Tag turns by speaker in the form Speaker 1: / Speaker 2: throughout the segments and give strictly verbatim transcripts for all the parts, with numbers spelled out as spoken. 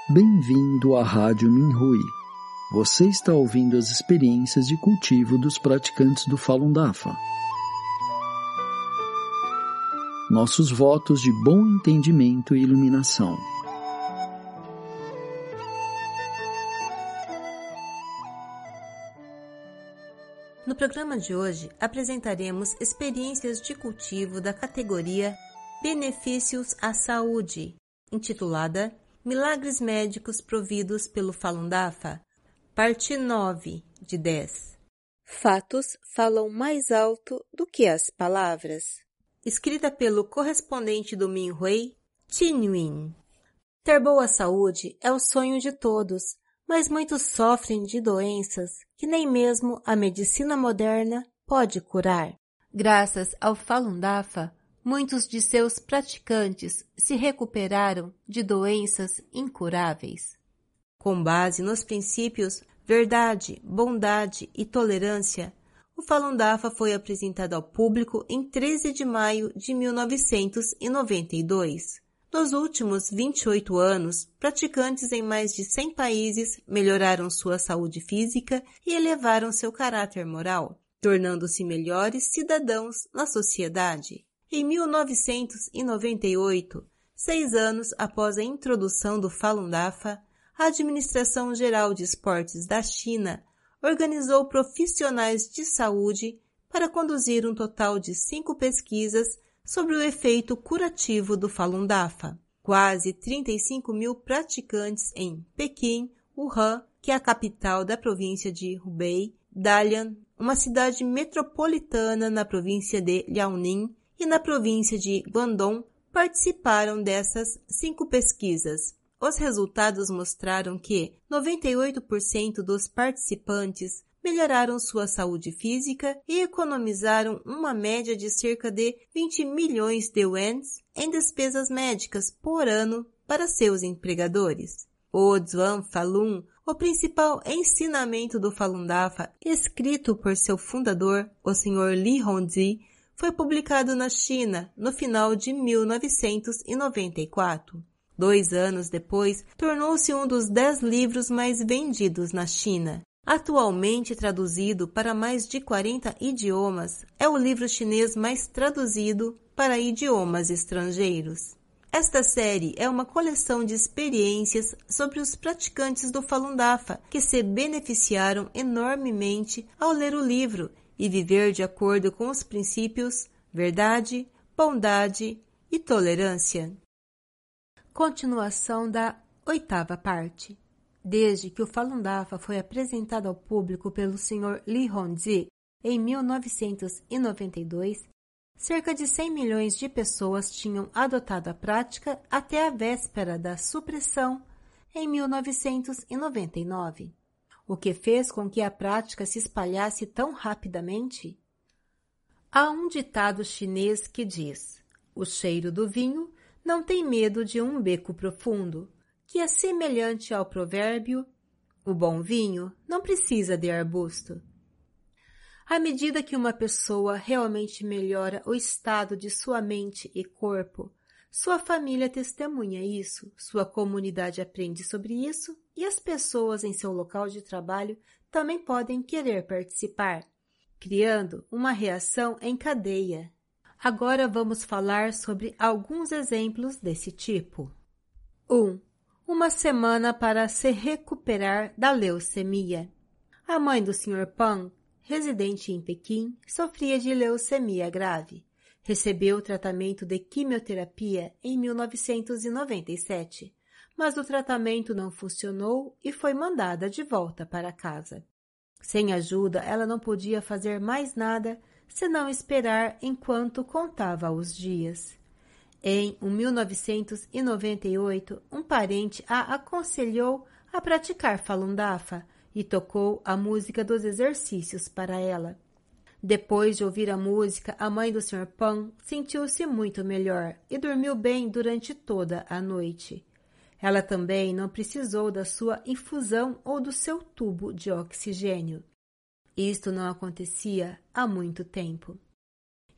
Speaker 1: Bem-vindo à Rádio Minhui. Você está ouvindo as experiências de cultivo dos praticantes do Falun Dafa. Nossos votos de bom entendimento e iluminação.
Speaker 2: No programa de hoje, apresentaremos experiências de cultivo da categoria Benefícios à Saúde, intitulada Milagres Médicos Providos pelo Falun Dafa, parte nove de dez.
Speaker 3: Fatos falam mais alto do que as palavras.
Speaker 2: Escrita pelo correspondente do Minhui, Qin Yuan. Ter boa saúde é o sonho de todos, mas muitos sofrem de doenças que nem mesmo a medicina moderna pode curar. Graças ao Falun Dafa, muitos de seus praticantes se recuperaram de doenças incuráveis. Com base nos princípios verdade, bondade e tolerância, o Falun Dafa foi apresentado ao público em treze de maio de mil novecentos e noventa e dois. Nos últimos vinte e oito anos, praticantes em mais de cem países melhoraram sua saúde física e elevaram seu caráter moral, tornando-se melhores cidadãos na sociedade. Em mil novecentos e noventa e oito, seis anos após a introdução do Falun Dafa, a Administração Geral de Esportes da China organizou profissionais de saúde para conduzir um total de cinco pesquisas sobre o efeito curativo do Falun Dafa. Quase trinta e cinco mil praticantes em Pequim, Wuhan, que é a capital da província de Hubei, Dalian, uma cidade metropolitana na província de Liaoning, e na província de Guangdong, participaram dessas cinco pesquisas. Os resultados mostraram que noventa e oito por cento dos participantes melhoraram sua saúde física e economizaram uma média de cerca de vinte milhões de yuans em despesas médicas por ano para seus empregadores. O Zhuang Falun, o principal ensinamento do Falun Dafa, escrito por seu fundador, o senhor Li Hongzhi, foi publicado na China no final de mil novecentos e noventa e quatro. Dois anos depois, tornou-se um dos dez livros mais vendidos na China. Atualmente traduzido para mais de quarenta idiomas, é o livro chinês mais traduzido para idiomas estrangeiros. Esta série é uma coleção de experiências sobre os praticantes do Falun Dafa que se beneficiaram enormemente ao ler o livro e viver de acordo com os princípios verdade, bondade e tolerância. Continuação da oitava parte. Desde que o Falun Dafa foi apresentado ao público pelo senhor Li Hongzhi em mil novecentos e noventa e dois, cerca de cem milhões de pessoas tinham adotado a prática até a véspera da supressão em mil novecentos e noventa e nove. O que fez com que a prática se espalhasse tão rapidamente? Há um ditado chinês que diz: o cheiro do vinho não tem medo de um beco profundo, que é semelhante ao provérbio: o bom vinho não precisa de arbusto. À medida que uma pessoa realmente melhora o estado de sua mente e corpo, sua família testemunha isso, sua comunidade aprende sobre isso e as pessoas em seu local de trabalho também podem querer participar, criando uma reação em cadeia. Agora vamos falar sobre alguns exemplos desse tipo. um. Uma semana para se recuperar da leucemia. A mãe do senhor Pang, residente em Pequim, sofria de leucemia grave. Recebeu tratamento de quimioterapia em mil novecentos e noventa e sete, mas o tratamento não funcionou e foi mandada de volta para casa. Sem ajuda, ela não podia fazer mais nada senão esperar enquanto contava os dias. Em mil novecentos e noventa e oito, um parente a aconselhou a praticar Falun Dafa e tocou a música dos exercícios para ela. Depois de ouvir a música, a mãe do senhor Pang sentiu-se muito melhor e dormiu bem durante toda a noite. Ela também não precisou da sua infusão ou do seu tubo de oxigênio. Isto não acontecia há muito tempo.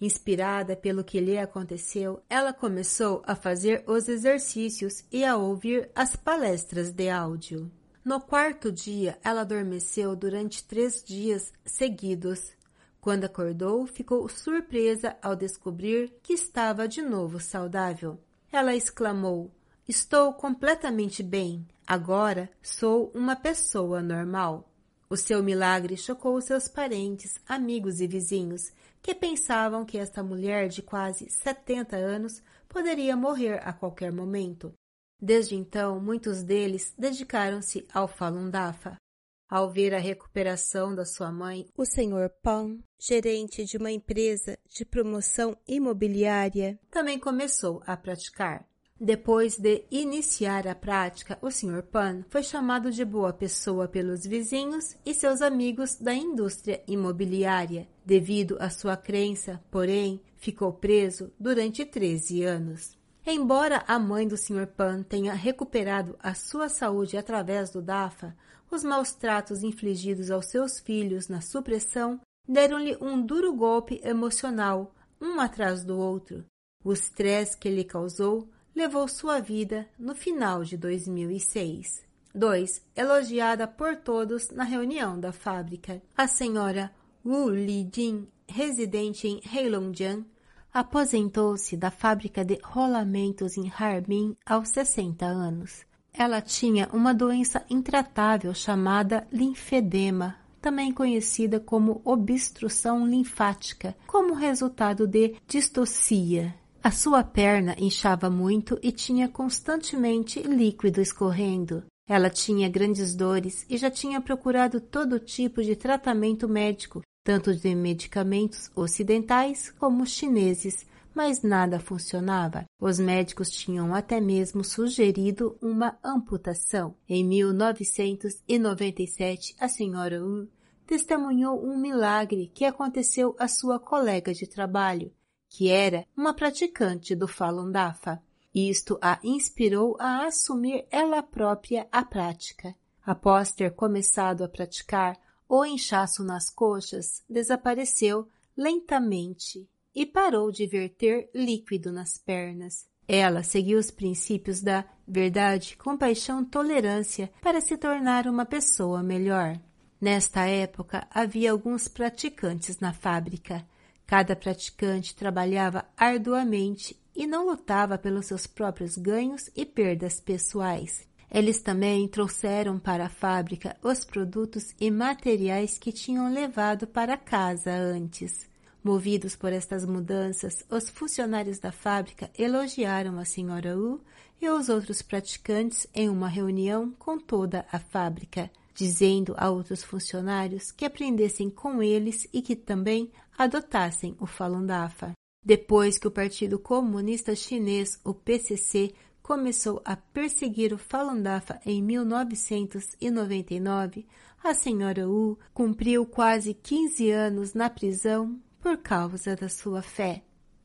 Speaker 2: Inspirada pelo que lhe aconteceu, ela começou a fazer os exercícios e a ouvir as palestras de áudio. No quarto dia, ela adormeceu durante três dias seguidos. Quando acordou, ficou surpresa ao descobrir que estava de novo saudável. Ela exclamou: "Estou completamente bem. Agora sou uma pessoa normal." O seu milagre chocou seus parentes, amigos e vizinhos, que pensavam que esta mulher de quase setenta anos poderia morrer a qualquer momento. Desde então, muitos deles dedicaram-se ao Falun Dafa. Ao ver a recuperação da sua mãe,
Speaker 3: o senhor Pan, gerente de uma empresa de promoção imobiliária,
Speaker 2: também começou a praticar. Depois de iniciar a prática, o senhor Pan foi chamado de boa pessoa pelos vizinhos e seus amigos da indústria imobiliária. Devido à sua crença, porém, ficou preso durante treze anos. Embora a mãe do senhor Pan tenha recuperado a sua saúde através do Dafa, os maus tratos infligidos aos seus filhos na supressão deram-lhe um duro golpe emocional, um atrás do outro. O estresse que lhe causou levou sua vida no final de dois mil e seis. dois. Elogiada por todos na reunião da fábrica. A senhora Wu Lijin, residente em Heilongjiang, aposentou-se da fábrica de rolamentos em Harbin aos sessenta anos. Ela tinha uma doença intratável chamada linfedema, também conhecida como obstrução linfática, como resultado de distocia. A sua perna inchava muito e tinha constantemente líquido escorrendo. Ela tinha grandes dores e já tinha procurado todo tipo de tratamento médico, tanto de medicamentos ocidentais como chineses, mas nada funcionava. Os médicos tinham até mesmo sugerido uma amputação. Em mil novecentos e noventa e sete, a senhora Wu testemunhou um milagre que aconteceu à sua colega de trabalho, que era uma praticante do Falun Dafa. Isto a inspirou a assumir ela própria a prática. Após ter começado a praticar, o inchaço nas coxas desapareceu lentamente e parou de verter líquido nas pernas. Ela seguiu os princípios da verdade, compaixão, tolerância para se tornar uma pessoa melhor. Nesta época, havia alguns praticantes na fábrica. Cada praticante trabalhava arduamente e não lutava pelos seus próprios ganhos e perdas pessoais. Eles também trouxeram para a fábrica os produtos e materiais que tinham levado para casa antes. Movidos por estas mudanças, os funcionários da fábrica elogiaram a senhora Wu e os outros praticantes em uma reunião com toda a fábrica, dizendo a outros funcionários que aprendessem com eles e que também adotassem o Falun Dafa. Depois que o Partido Comunista Chinês, o P C C, começou a perseguir o Falun Dafa em mil novecentos e noventa e nove, a senhora Wu cumpriu quase quinze anos na prisão por causa da sua fé.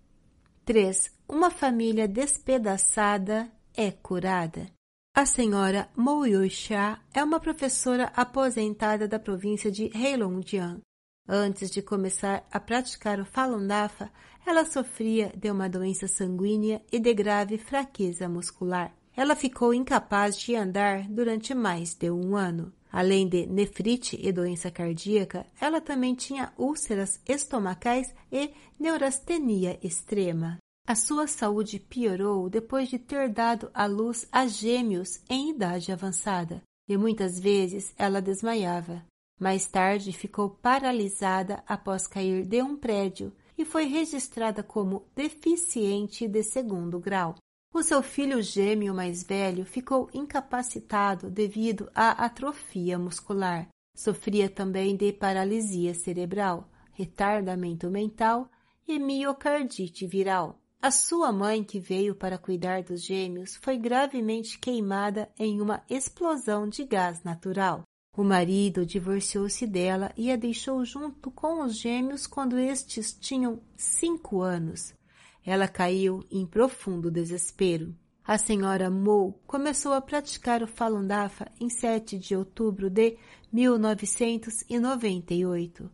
Speaker 2: três. Uma família despedaçada é curada. A senhora Mo Yuxia é uma professora aposentada da província de Heilongjiang. Antes de começar a praticar o Falun Dafa, ela sofria de uma doença sanguínea e de grave fraqueza muscular. Ela ficou incapaz de andar durante mais de um ano. Além de nefrite e doença cardíaca, ela também tinha úlceras estomacais e neurastenia extrema. A sua saúde piorou depois de ter dado à luz a gêmeos em idade avançada, e muitas vezes ela desmaiava. Mais tarde ficou paralisada após cair de um prédio e foi registrada como deficiente de segundo grau. O seu filho gêmeo mais velho ficou incapacitado devido à atrofia muscular. Sofria também de paralisia cerebral, retardamento mental e miocardite viral. A sua mãe, que veio para cuidar dos gêmeos, foi gravemente queimada em uma explosão de gás natural. O marido divorciou-se dela e a deixou junto com os gêmeos quando estes tinham cinco anos. Ela caiu em profundo desespero. A senhora Mo começou a praticar o Falun Dafa em sete de outubro de mil novecentos e noventa e oito.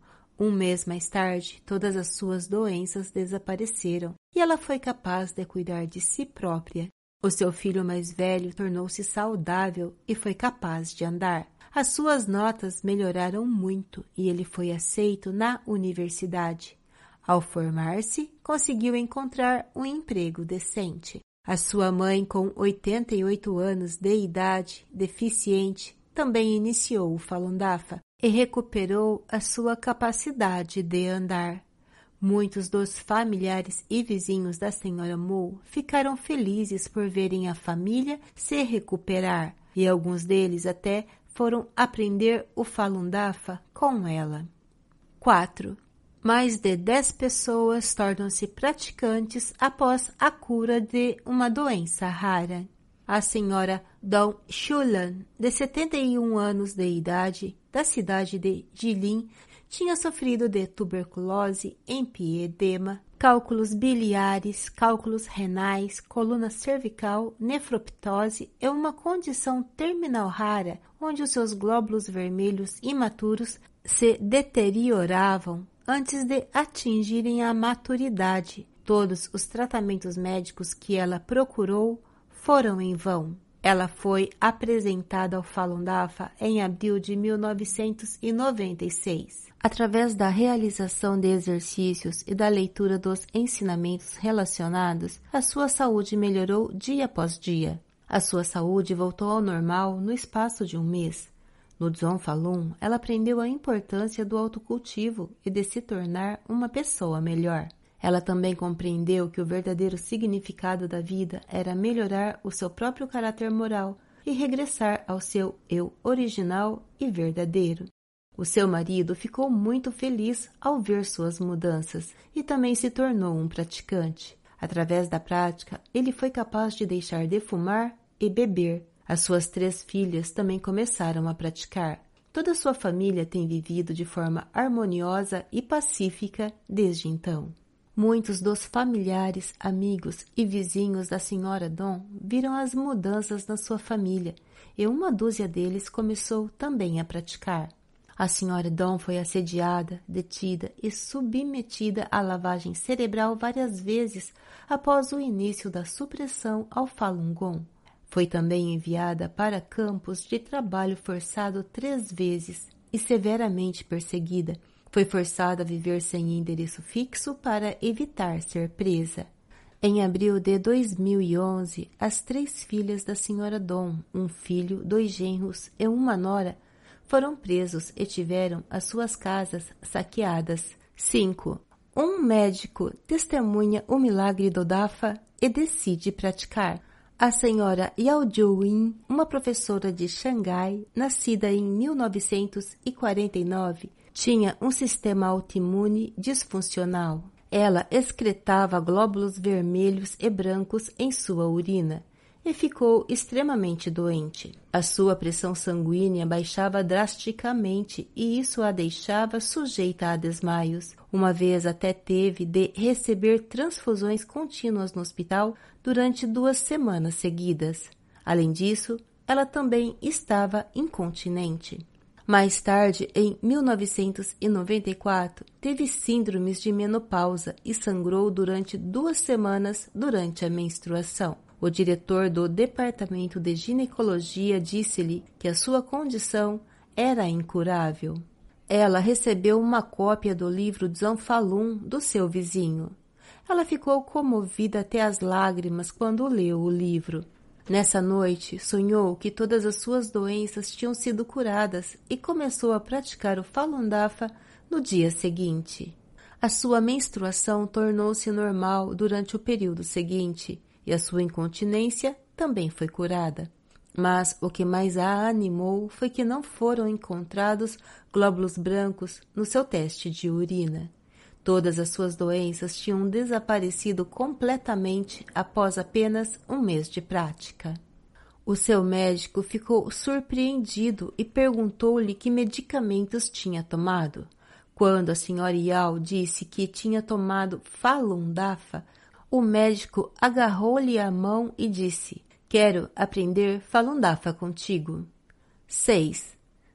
Speaker 2: Um mês mais tarde, todas as suas doenças desapareceram e ela foi capaz de cuidar de si própria. O seu filho mais velho tornou-se saudável e foi capaz de andar. As suas notas melhoraram muito e ele foi aceito na universidade. Ao formar-se, conseguiu encontrar um emprego decente. A sua mãe, com oitenta e oito anos de idade, deficiente, também iniciou o Falun Dafa e recuperou a sua capacidade de andar. Muitos dos familiares e vizinhos da senhora Mo ficaram felizes por verem a família se recuperar e alguns deles até foram aprender o Falun Dafa com ela. quatro. Mais de dez pessoas tornam-se praticantes após a cura de uma doença rara. A senhora Dong Shulan, de setenta e um anos de idade, da cidade de Jilin, tinha sofrido de tuberculose, empiedema, cálculos biliares, cálculos renais, coluna cervical, nefroptose e uma condição terminal rara, onde os seus glóbulos vermelhos imaturos se deterioravam antes de atingirem a maturidade. Todos os tratamentos médicos que ela procurou foram em vão. Ela foi apresentada ao Falun Dafa em abril de mil novecentos e noventa e seis. Através da realização de exercícios e da leitura dos ensinamentos relacionados, a sua saúde melhorou dia após dia. A sua saúde voltou ao normal no espaço de um mês. No Dzong Falun, ela aprendeu a importância do autocultivo e de se tornar uma pessoa melhor. Ela também compreendeu que o verdadeiro significado da vida era melhorar o seu próprio caráter moral e regressar ao seu eu original e verdadeiro. O seu marido ficou muito feliz ao ver suas mudanças e também se tornou um praticante. Através da prática, ele foi capaz de deixar de fumar e beber. As suas três filhas também começaram a praticar. Toda sua família tem vivido de forma harmoniosa e pacífica desde então. Muitos dos familiares, amigos e vizinhos da senhora Dong viram as mudanças na sua família e uma dúzia deles começou também a praticar. A senhora Dong foi assediada, detida e submetida à lavagem cerebral várias vezes após o início da supressão ao Falun Gong. Foi também enviada para campos de trabalho forçado três vezes e severamente perseguida. Foi forçada a viver sem endereço fixo para evitar ser presa. Em abril de dois mil e onze, as três filhas da senhora Dong, um filho, dois genros e uma nora, foram presos e tiveram as suas casas saqueadas. cinco. Um médico testemunha o milagre do Dafa e decide praticar. A senhora Yao Jiuyin, uma professora de Xangai, nascida em mil novecentos e quarenta e nove, tinha um sistema autoimune disfuncional. Ela excretava glóbulos vermelhos e brancos em sua urina e ficou extremamente doente. A sua pressão sanguínea baixava drasticamente e isso a deixava sujeita a desmaios. Uma vez até teve de receber transfusões contínuas no hospital durante duas semanas seguidas. Além disso, ela também estava incontinente. Mais tarde, em mil novecentos e noventa e quatro, teve síndromes de menopausa e sangrou durante duas semanas durante a menstruação. O diretor do departamento de ginecologia disse-lhe que a sua condição era incurável. Ela recebeu uma cópia do livro Dzong Falun do seu vizinho. Ela ficou comovida até as lágrimas quando leu o livro. Nessa noite, sonhou que todas as suas doenças tinham sido curadas e começou a praticar o Falun Dafa no dia seguinte. A sua menstruação tornou-se normal durante o período seguinte e a sua incontinência também foi curada. Mas o que mais a animou foi que não foram encontrados glóbulos brancos no seu teste de urina. Todas as suas doenças tinham desaparecido completamente após apenas um mês de prática. O seu médico ficou surpreendido e perguntou-lhe que medicamentos tinha tomado. Quando a senhora Yao disse que tinha tomado Falun Dafa, o médico agarrou-lhe a mão e disse: "Quero aprender Falun Dafa contigo." seis.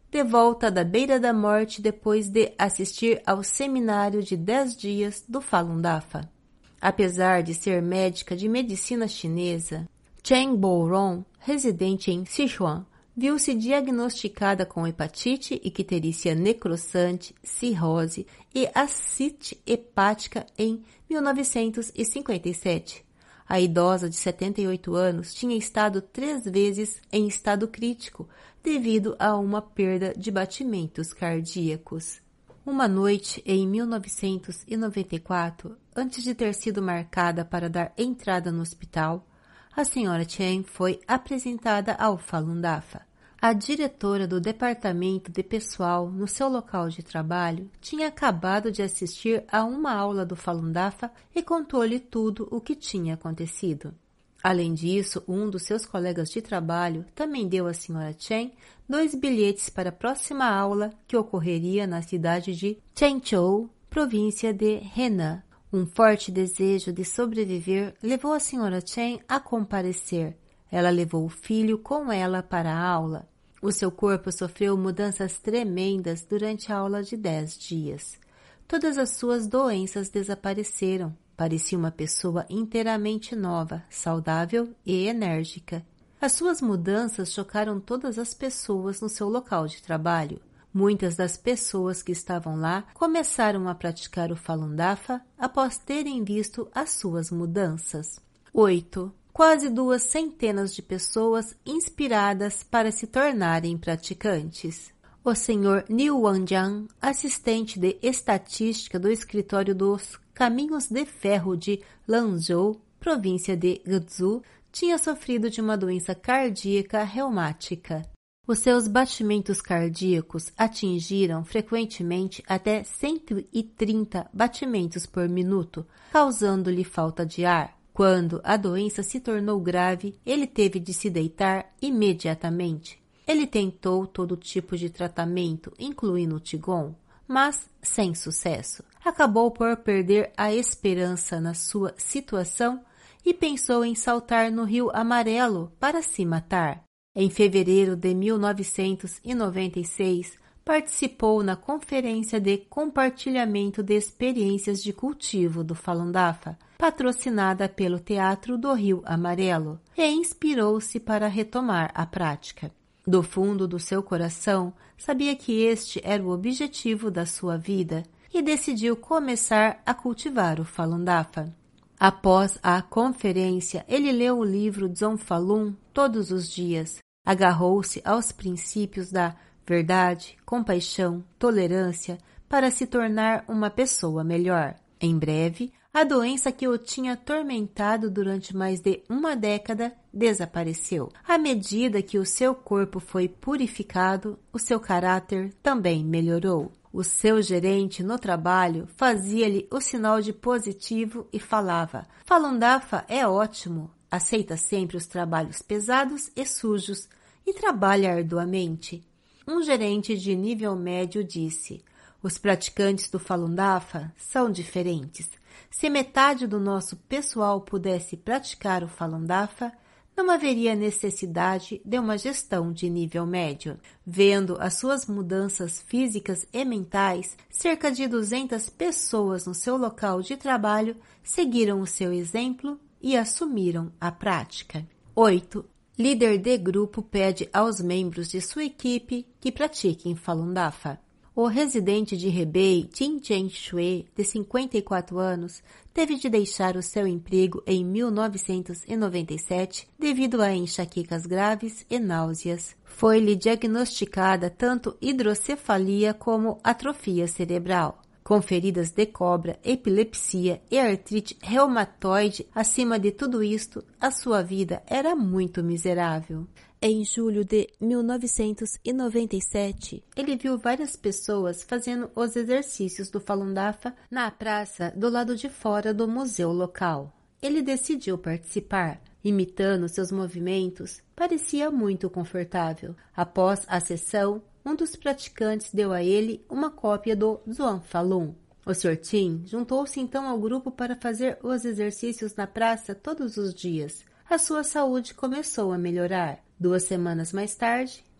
Speaker 2: de volta da beira da morte depois de assistir ao seminário de dez dias do Falun Dafa. Apesar de ser médica de medicina chinesa, Chen Boron, residente em Sichuan, viu-se diagnosticada com hepatite, icterícia necrossante, cirrose e ascite hepática em mil novecentos e cinquenta e sete. A idosa de setenta e oito anos tinha estado três vezes em estado crítico devido a uma perda de batimentos cardíacos. Uma noite em mil novecentos e noventa e quatro, antes de ter sido marcada para dar entrada no hospital, a senhora Chen foi apresentada ao Falun Dafa. A diretora do departamento de pessoal no seu local de trabalho tinha acabado de assistir a uma aula do Falun Dafa e contou-lhe tudo o que tinha acontecido. Além disso, um dos seus colegas de trabalho também deu à senhora Chen dois bilhetes para a próxima aula que ocorreria na cidade de Chengzhou, província de Henan. Um forte desejo de sobreviver levou a senhora Chen a comparecer. Ela levou o filho com ela para a aula. O seu corpo sofreu mudanças tremendas durante a aula de dez dias. Todas as suas doenças desapareceram. Parecia uma pessoa inteiramente nova, saudável e enérgica. As suas mudanças chocaram todas as pessoas no seu local de trabalho. Muitas das pessoas que estavam lá começaram a praticar o Falun Dafa após terem visto as suas mudanças. oito. Quase duas centenas de pessoas inspiradas para se tornarem praticantes. O senhor Liu Wanjiang, assistente de estatística do escritório dos Caminhos de Ferro de Lanzhou, província de Guizhou, tinha sofrido de uma doença cardíaca reumática. Os seus batimentos cardíacos atingiram frequentemente até cento e trinta batimentos por minuto, causando-lhe falta de ar. Quando a doença se tornou grave, ele teve de se deitar imediatamente. Ele tentou todo tipo de tratamento, incluindo o Qigong, mas sem sucesso. Acabou por perder a esperança na sua situação e pensou em saltar no Rio Amarelo para se matar. Em fevereiro de mil novecentos e noventa e seis, participou na Conferência de Compartilhamento de Experiências de Cultivo do Falun Dafa, patrocinada pelo Teatro do Rio Amarelo, e inspirou-se para retomar a prática. Do fundo do seu coração, sabia que este era o objetivo da sua vida e decidiu começar a cultivar o Falun Dafa. Após a conferência, ele leu o livro Dzong Falun todos os dias, agarrou-se aos princípios da verdade, compaixão, tolerância para se tornar uma pessoa melhor. Em breve, a doença que o tinha atormentado durante mais de uma década desapareceu. À medida que o seu corpo foi purificado, o seu caráter também melhorou. O seu gerente no trabalho fazia-lhe o sinal de positivo e falava: Falun Dafa é ótimo, aceita sempre os trabalhos pesados e sujos e trabalha arduamente. Um gerente de nível médio disse: os praticantes do Falun Dafa são diferentes. Se metade do nosso pessoal pudesse praticar o Falun Dafa, não haveria necessidade de uma gestão de nível médio. Vendo as suas mudanças físicas e mentais, cerca de duzentas pessoas no seu local de trabalho seguiram o seu exemplo e assumiram a prática. oito. Líder de grupo pede aos membros de sua equipe que pratiquem Falun Dafa. O residente de Hebei, Jin Zhenshui, de cinquenta e quatro anos, teve de deixar o seu emprego em mil novecentos e noventa e sete devido a enxaquecas graves e náuseas. Foi-lhe diagnosticada tanto hidrocefalia como atrofia cerebral. Com feridas de cobra, epilepsia e artrite reumatoide, acima de tudo isto, a sua vida era muito miserável. Em julho de mil novecentos e noventa e sete, ele viu várias pessoas fazendo os exercícios do Falun Dafa na praça do lado de fora do museu local. Ele decidiu participar. Imitando seus movimentos, parecia muito confortável. Após a sessão, um dos praticantes deu a ele uma cópia do Dzong Falun. O senhor Tim juntou-se então ao grupo para fazer os exercícios na praça todos os dias. A sua saúde começou a melhorar. Duas semanas mais tarde,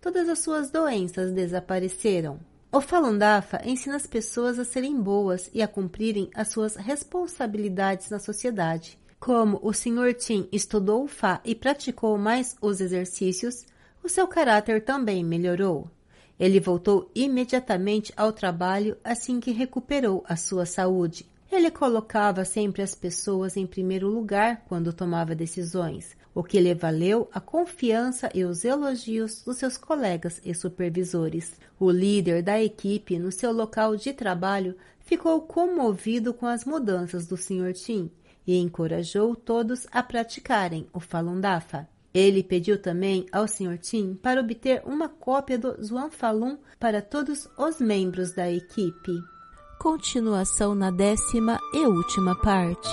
Speaker 2: todas as suas doenças desapareceram. O Falun Dafa ensina as pessoas a serem boas e a cumprirem as suas responsabilidades na sociedade. Como o senhor Tim estudou o Fá e praticou mais os exercícios, o seu caráter também melhorou. Ele voltou imediatamente ao trabalho assim que recuperou a sua saúde. Ele colocava sempre as pessoas em primeiro lugar quando tomava decisões, o que lhe valeu a confiança e os elogios dos seus colegas e supervisores. O líder da equipe no seu local de trabalho ficou comovido com as mudanças do senhor Tim e encorajou todos a praticarem o Falun Dafa. Ele pediu também ao senhor Tim para obter uma cópia do Zhuang Falun para todos os membros da equipe.
Speaker 3: Continuação na décima e última parte.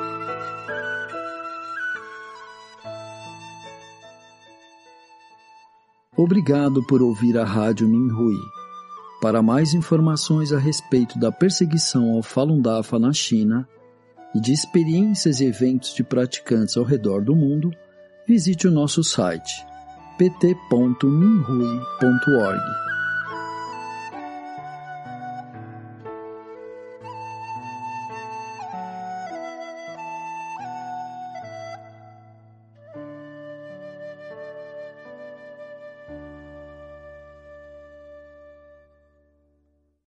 Speaker 1: Obrigado por ouvir a Rádio Minhui. Para mais informações a respeito da perseguição ao Falun Dafa na China e de experiências e eventos de praticantes ao redor do mundo, visite o nosso site p t ponto minhui ponto org.